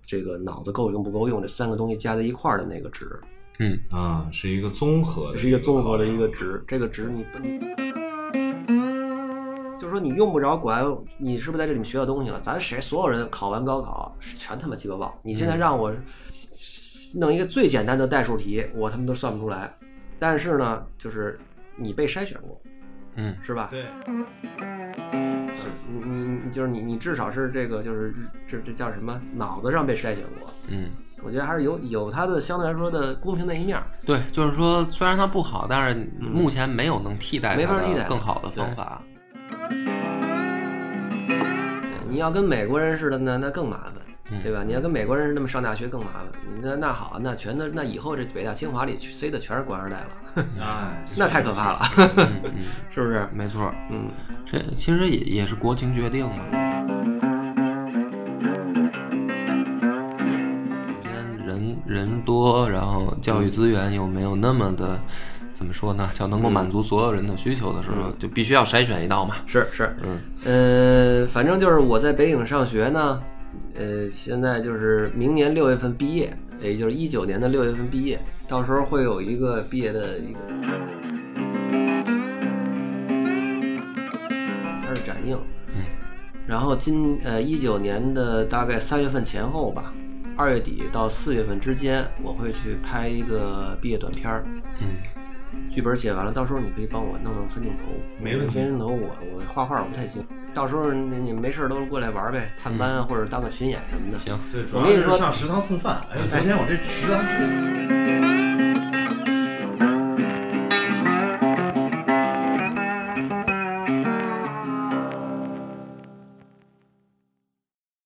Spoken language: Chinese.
这个脑子够用不够用这3个东西加在一块儿的那个值。 是一个综合的， 是一个综合的一个值。这个值你不，就是说你用不着管你是不是在这里面学到东西了。咱所有人考完高考全他妈鸡巴忘。你现在让我弄一个最简单的代数题，我他妈都算不出来。但是呢，就是你被筛选过，是吧？ 对。 你就是你至少是这个就是这叫什么脑子上被筛选过。我觉得还是有它的相对来说的公平的一面。 对，就是说虽然它不好，但是目前没有能替代它的更好的方法。 你要跟美国人似的那更麻烦，对吧？你要跟美国人那么上大学更麻烦。你那好，那以后这北大清华里塞的全是官二代了，那太可怕了，是不是？ 没错，这其实也是国情决定嘛。人多，然后教育资源又没有那么的，怎么说呢？叫能够满足所有人的需求的时候，就必须要筛选一道嘛。 是，反正就是我在北影上学呢，现在就是明年6月份毕业，也就是19年的6月份毕业，到时候会有一个毕业的一个开始展映，然后19年的大概3月份前后吧。2月底到4月份之间，我会去拍一个毕业短片。剧本写完了，到时候你可以帮我弄分镜头。 没问题。 分镜头我画画不太行，到时候你没事都过来玩呗，探班或者当个群演什么的。 行， 对，我跟你说上食堂蹭饭。昨天我这食堂吃。